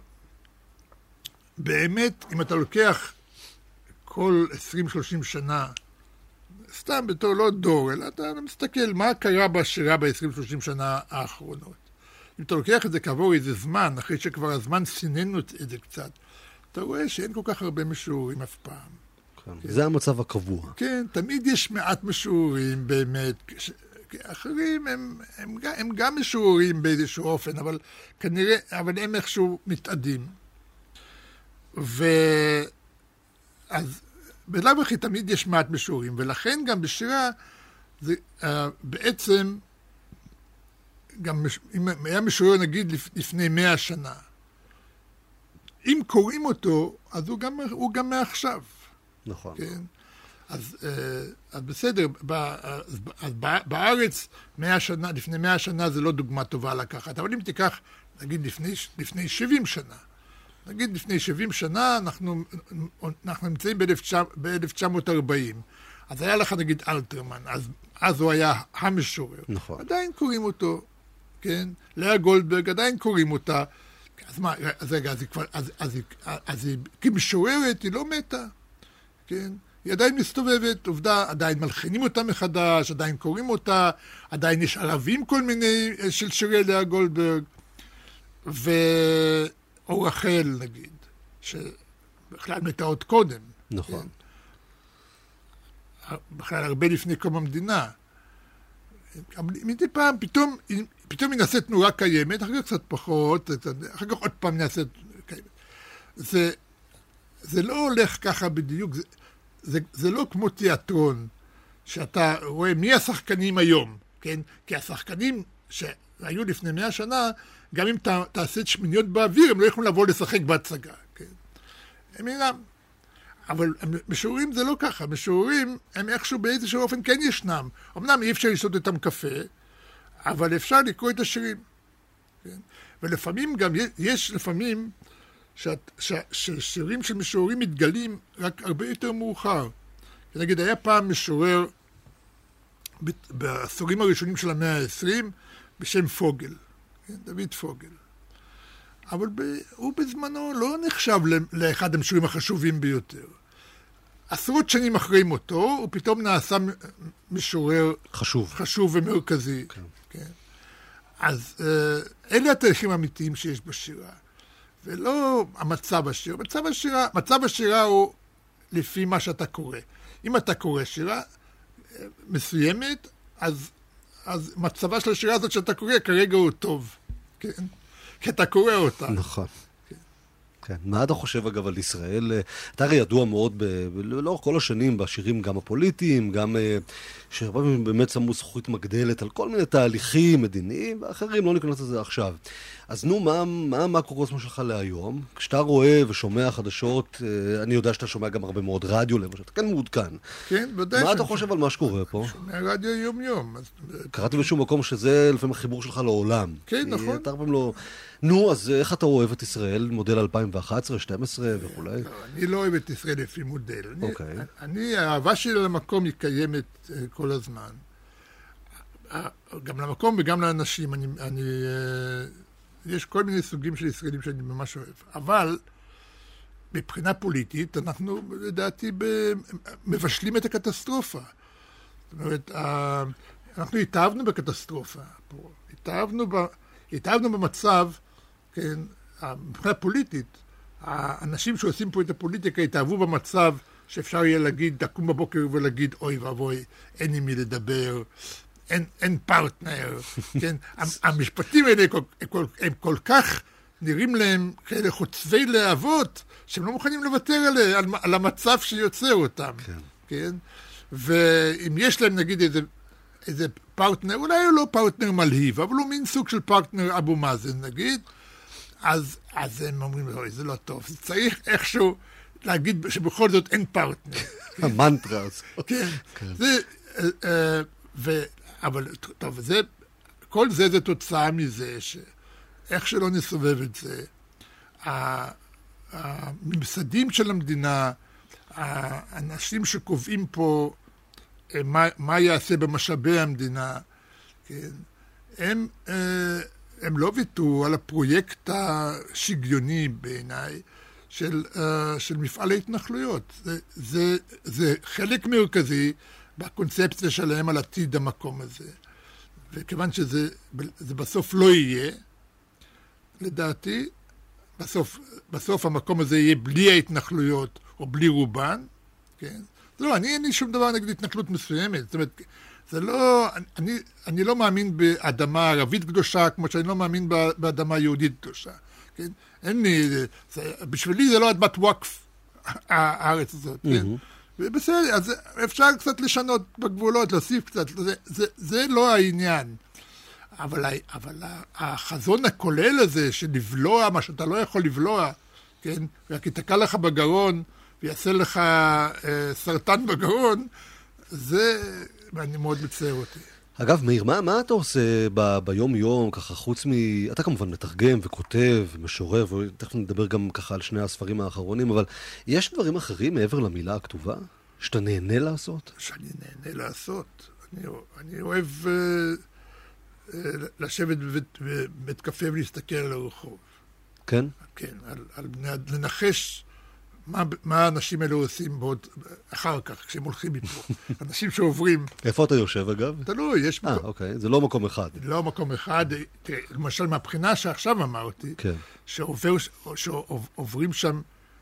באמת, אם אתה לוקח כל 20-30 שנה, סתם בתור לא דור, אלא אתה מסתכל מה קרה בשירה ב-20-30 שנה האחרונות. אם אתה לוקח את זה כעבור איזה זמן, אחרי שכבר הזמן סיננו את זה קצת, אתה רואה שאין כל כך הרבה משוררים אף פעם. כן. זה המצב הקבוע. כן, תמיד יש מעט משוררים באמת, אחרים הם גם משוררים באיזשהו אופן, אבל כנראה, אבל הם איכשהו מתאדים. אז בלאו הכי תמיד יש מעט משוררים, ולכן גם בשירה זה בעצם, גם אם היה משורר נגיד לפני 100 שנה, אם קוראים אותו, אז הוא גם מעכשיו. נכון. כן? אז בסדר, אז בארץ 100 שנה, לפני 100 שנה זה לא דוגמה טובה לקחת, אבל אם תיקח, נגיד לפני 70 שנה, נגיד לפני 70 שנה אנחנו נמצאים ב-1940, אז היה לך נגיד אלתרמן, אז הוא היה המשורר. נכון. עדיין קוראים אותו, כן? לאה גולדברג עדיין קוראים אותה, אז מה, אז היא כמשוררת היא לא מתה, כן? היא עדיין מסתובבת, עובדה, עדיין מלחינים אותה מחדש, עדיין קוראים אותה, עדיין יש ערבים כל מיני של שירי לאה גולדברג, או רחל נגיד, שבכלל מתה עוד קודם. נכון. כן? בכלל הרבה לפני קום המדינה. מדי פעם פתאום היא נעשית תנועה קיימת, אחר כך קצת פחות, אחר כך עוד פעם נעשית קיימת. זה לא הולך ככה בדיוק, זה לא כמו תיאטרון, שאתה רואה מי השחקנים היום, כן? כי השחקנים שהיו לפני 100 שנה, גם אם תעשה את שמיניות באוויר, הם לא יכולים לבוא לשחק בהצגה, כן? הם אינם. אבל משוררים זה לא ככה, משוררים הם איכשהו באיזשהו אופן כן ישנם. אמנם אי אפשר לשתות איתם קפה, אבל אפשר לקרוא את השירים. כן? ולפעמים גם, יש לפעמים ששירים של משוררים מתגלים רק הרבה יותר מאוחר. נגיד, היה פעם משורר בעשורים הראשונים של המאה ה-20 בשם פוגל, כן? דוד פוגל. אבל הוא בזמנו לא נחשב לאחד המשוררים החשובים ביותר. עשרות שנים אחרי מותו, הוא פתאום נעשה משורר חשוב ומרכזי. כן. כן? אז אלה התהליכים האמיתיים שיש בשירה. ולא המצב השירה. מצב השירה הוא לפי מה שאתה קורא. אם אתה קורא שירה מסוימת, אז מצבה של השירה הזאת שאתה קורא כרגע הוא טוב. כן? כי אתה קורא אותה. נכון. כן. כן. מה אתה חושב אגב על ישראל? אתה הרי ידוע מאוד לאורך כל השנים בשירים גם הפוליטיים, גם שהרבה פעמים באמת שמו זכוכית מגדלת על כל מיני תהליכים מדיניים ואחרים, לא ניכנס לזה עכשיו. אז נו, מה המקרוקוסמוס שלך להיום? כשאתה רואה ושומע חדשות, אני יודע שאתה שומע גם הרבה מאוד רדיו, למשל, אתה כן מעודכן. כן, ודאי. מה אתה חושב על מה שקורה פה? שומע רדיו יום-יום. קראתי בשום מקום שזה לפעמים החיבור שלך לעולם. כן, נכון. אתה הרבה לא... נו, אז איך אתה אוהב את ישראל? מודל 2011, 2012 וכולי? לא, אני לא אוהב את ישראל לפי מודל. אוקיי. האהבה שלי למקום היא קיימת כל הזמן. גם למקום וגם לאנשים. יש כל מיני סוגים של ישראלים שאני ממש אוהב. אבל מבחינה פוליטית אנחנו, לדעתי, מבשלים את הקטסטרופה. זאת אומרת, אנחנו התאהבנו בקטסטרופה פה. התאהבנו במצב, כן, מבחינה פוליטית, האנשים שעושים פה את הפוליטיקה התאהבו במצב שאפשר יהיה להגיד, לקום בבוקר ולהגיד, אוי ואבוי, אין עם מי לדבר, אין פרטנר, כן? המשפטים האלה הם כל כך נראים להם כאלה חוצבי להבות, שהם לא מוכנים לוותר על המצב שיוצר אותם, כן? ואם יש להם נגיד איזה פרטנר, אולי הוא לא פרטנר מלהיב, אבל הוא מין סוג של פרטנר אבו מאזן נגיד, אז הם אומרים, אוי, זה לא טוב, זה צריך איכשהו להגיד שבכל זאת אין פרטנר. המנטרה הזאת. כן, אבל טוב, כל זה תוצאה מזה, שאיך שלא נסובב את זה, הממסדים של המדינה, האנשים שקובעים פה מה יעשה במשאבי המדינה, כן, הם לא ויתרו על הפרויקט השוויוני בעיניי של מפעל ההתנחלויות. זה חלק מרכזי בקונספציה שלהם על עתיד המקום הזה. וכיוון שזה בסוף לא יהיה, לדעתי, בסוף המקום הזה יהיה בלי ההתנחלויות או בלי רובן, כן? לא, אין לי שום דבר נגד התנחלות מסוימת. זאת אומרת, זה לא, אני לא מאמין באדמה ערבית קדושה, כמו שאני לא מאמין באדמה יהודית קדושה, כן? אין לי, בשבילי זה לא אדמת וואקף, הארץ הזאת, כן? ובסדר, אז אפשר קצת לשנות בגבולות, להוסיף קצת, זה לא העניין. אבל החזון הכולל הזה, של לבלוע מה שאתה לא יכול לבלוע, כן? רק יתקע לך בגרון, ויעשה לך סרטן בגרון, זה, אני מאוד מצער אותי. אגב, מאיר, מה אתה עושה ביום-יום, ככה, חוץ אתה כמובן מתרגם וכותב ומשורר, ותכף נדבר גם ככה על שני הספרים האחרונים, אבל יש דברים אחרים מעבר למילה הכתובה, שאתה נהנה לעשות? שאני נהנה לעשות. אני אוהב לשבת בבית קפה ולהסתכל על הרחוב. כן? כן, לנחש מה האנשים האלה עושים אחר כך, כשהם הולכים מפה. אנשים שעוברים... איפה אתה יושב, אגב? תלוי, יש מקום. אוקיי, זה לא מקום אחד. לא מקום אחד. תראה, למשל, מהבחינה שעכשיו אמרתי, כן. שעוברים שם...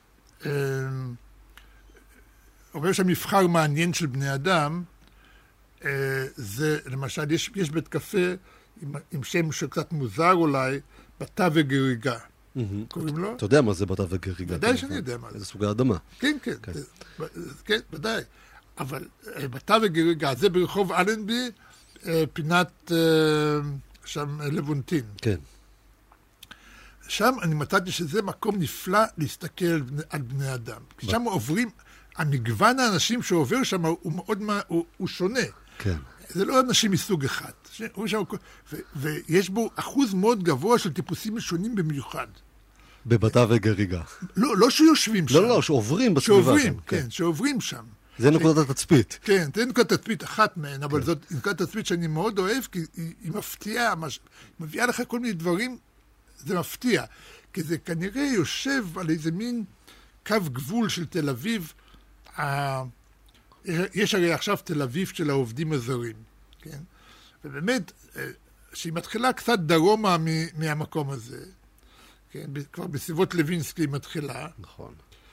עובר שם מבחר מעניין של בני אדם, זה, למשל, יש בית קפה עם שם שקצת מוזר אולי, בתא וגריגה. קוראים לו? אתה יודע מה זה בתא וגריגה. ודאי שאני יודע מה זה. איזה סוגי אדמה. כן, כן. כן, ודאי. אבל בתא וגריגה, זה ברחוב אלנבי, פינת שם לבונטין. כן. שם אני מצאתי שזה מקום נפלא להסתכל על בני אדם. כי שם עוברים... המגוון האנשים שעובר שם הוא שונה. כן. זה לא אנשים מסוג אחד. ויש בו אחוז מאוד גבוה של טיפוסים שונים במיוחד. בבתא וגריגה. לא שיושבים שם. לא, שעוברים בסביבה. שעוברים, כן, שעוברים שם. זה נקודת התצפית. כן, זה נקודת התצפית אחת מהן, אבל זאת נקודת התצפית שאני מאוד אוהב, כי היא מפתיעה, היא מביאה לך כל מיני דברים, זה מפתיע. כי זה כנראה יושב על איזה מין קו גבול של תל אביב, יש הרי עכשיו תל אביב של העובדים הזרים, כן? ובאמת, שהיא מתחילה קצת דרומה מהמקום הזה, כן? כבר בסביבות לוינסקי היא מתחילה. נכון.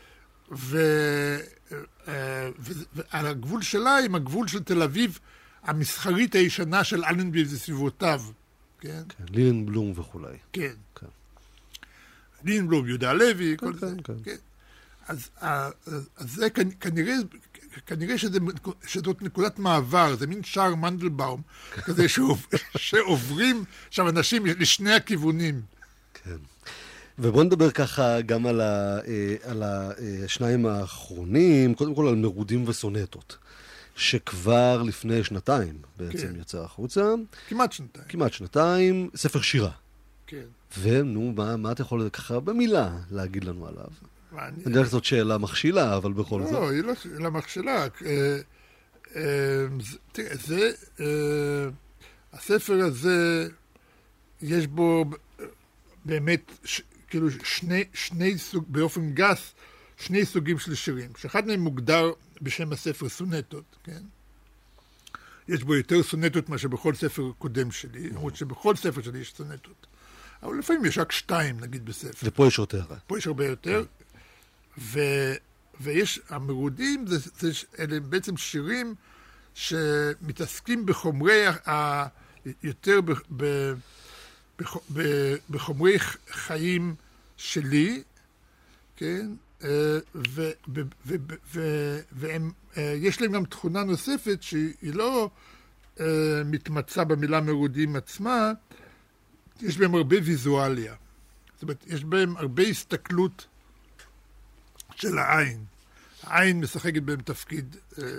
ועל הגבול שלה, עם הגבול של תל אביב, המסחרית הישנה של אלנבי וסביבותיו, כן? כן, לילנבלום וכולי. כן. לינבלום, יהודה הלוי, כל זה. כן. כן. אז זה כנראה שזאת נקודת מעבר, זה מין שער מנדלבאום, כזה שעוברים שם אנשים לשני הכיוונים. כן. ובוא נדבר ככה גם על השניים האחרונים, קודם כל על מרודים וסונטות, שכבר לפני שנתיים בעצם יצא החוצה. כמעט שנתיים, ספר שירה. כן. ונו, מה אתה יכול ככה במילה להגיד לנו עליו? אני יודע שזאת שאלה מכשילה, אבל בכל זאת. לא, היא לא שאלה מכשילה. תראה, הספר הזה, יש בו באמת, כאילו, באופן גס, שני סוגים של שירים, שאחד מהם מוגדר בשם הספר סונטות, כן? יש בו יותר סונטות מאשר בכל ספר קודם שלי, למרות שבכל ספר שלי יש סונטות. אבל לפעמים יש רק 2, נגיד, בספר. ופה יש יותר. פה יש הרבה יותר. ויש, המרודים, אלה בעצם שירים שמתעסקים בחומרי, יותר בחומרי חיים שלי, כן? ויש להם גם תכונה נוספת שהיא לא מתמצה במילה מרודים עצמה, יש בהם הרבה ויזואליה. זאת אומרת, יש בהם הרבה הסתכלות של העין. העין משחקת בהם תפקיד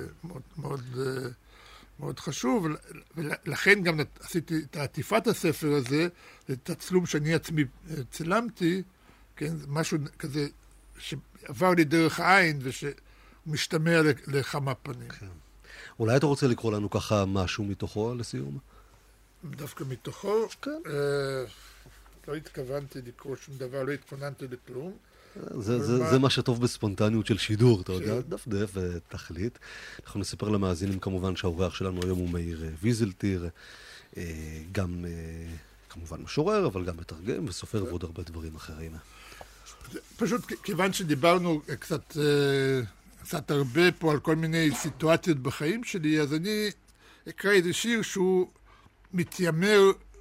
מאוד חשוב, ולכן גם עשיתי את עטיפת הספר הזה, את הצלום שאני עצמי צילמתי, כן, משהו כזה שעבר לי דרך העין ושמשתמע לכמה פנים. כן. אולי אתה רוצה לקרוא לנו ככה משהו מתוכו לסיום? דווקא מתוכו? כן. לא התכוונתי לקרוא שום דבר, לא התכוננתי לכלום. זה מה שטוב בספונטניות של שידור, אתה יודע, דף ותכלית. אנחנו נספר למאזינים כמובן שהאורח שלנו היום הוא מאיר ויזלטיר, גם כמובן משורר, אבל גם מתרגם וסופר ועוד הרבה דברים אחרים. פשוט כיוון שדיברנו קצת הרבה פה על כל מיני סיטואציות בחיים שלי, אז אני אקרא איזה שיר שהוא מתיימר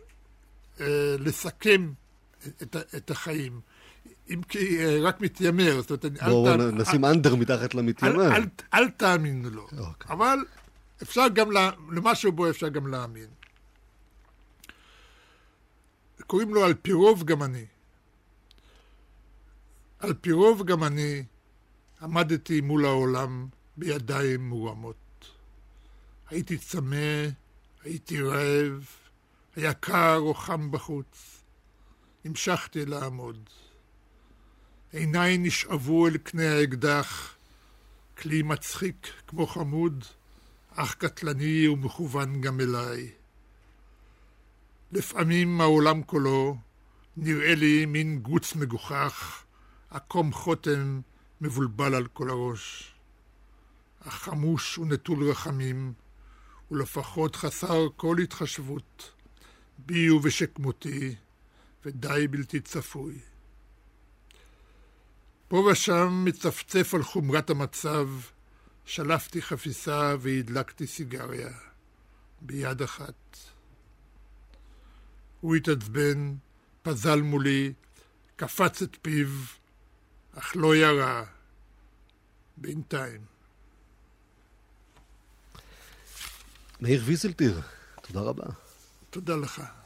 לסכם את החיים. אם כי רק מתיימר, זאת אומרת, בואו נשים אנדר מתחת למתיימר. אל תאמינו לו. אבל אפשר גם, למשהו בו אפשר גם להאמין. קוראים לו על פי רוב גם אני. על פי רוב גם אני עמדתי מול העולם בידיים מורמות. הייתי צמא, הייתי רעב, היה קר או חם בחוץ. המשכתי לעמוד. עיניי נשאבו אל קנה האקדח, כלי מצחיק כמו חמוד, אך קטלני ומכוון גם אליי. לפעמים העולם כולו נראה לי מין גוץ מגוחך, עקום חותם מבולבל על כל הראש. אך חמוש ונטול רחמים, ולפחות חסר כל התחשבות, בי ובשכמותי, ודי בלתי צפוי. פה ושם מצפצף על חומרת המצב, שלפתי חפיסה והדלקתי סיגריה, ביד אחת. הוא התעצבן, פזל מולי, קפץ את פיו, אך לא ירה, בינתיים. מאיר ויזלטיר, תודה רבה. תודה לך.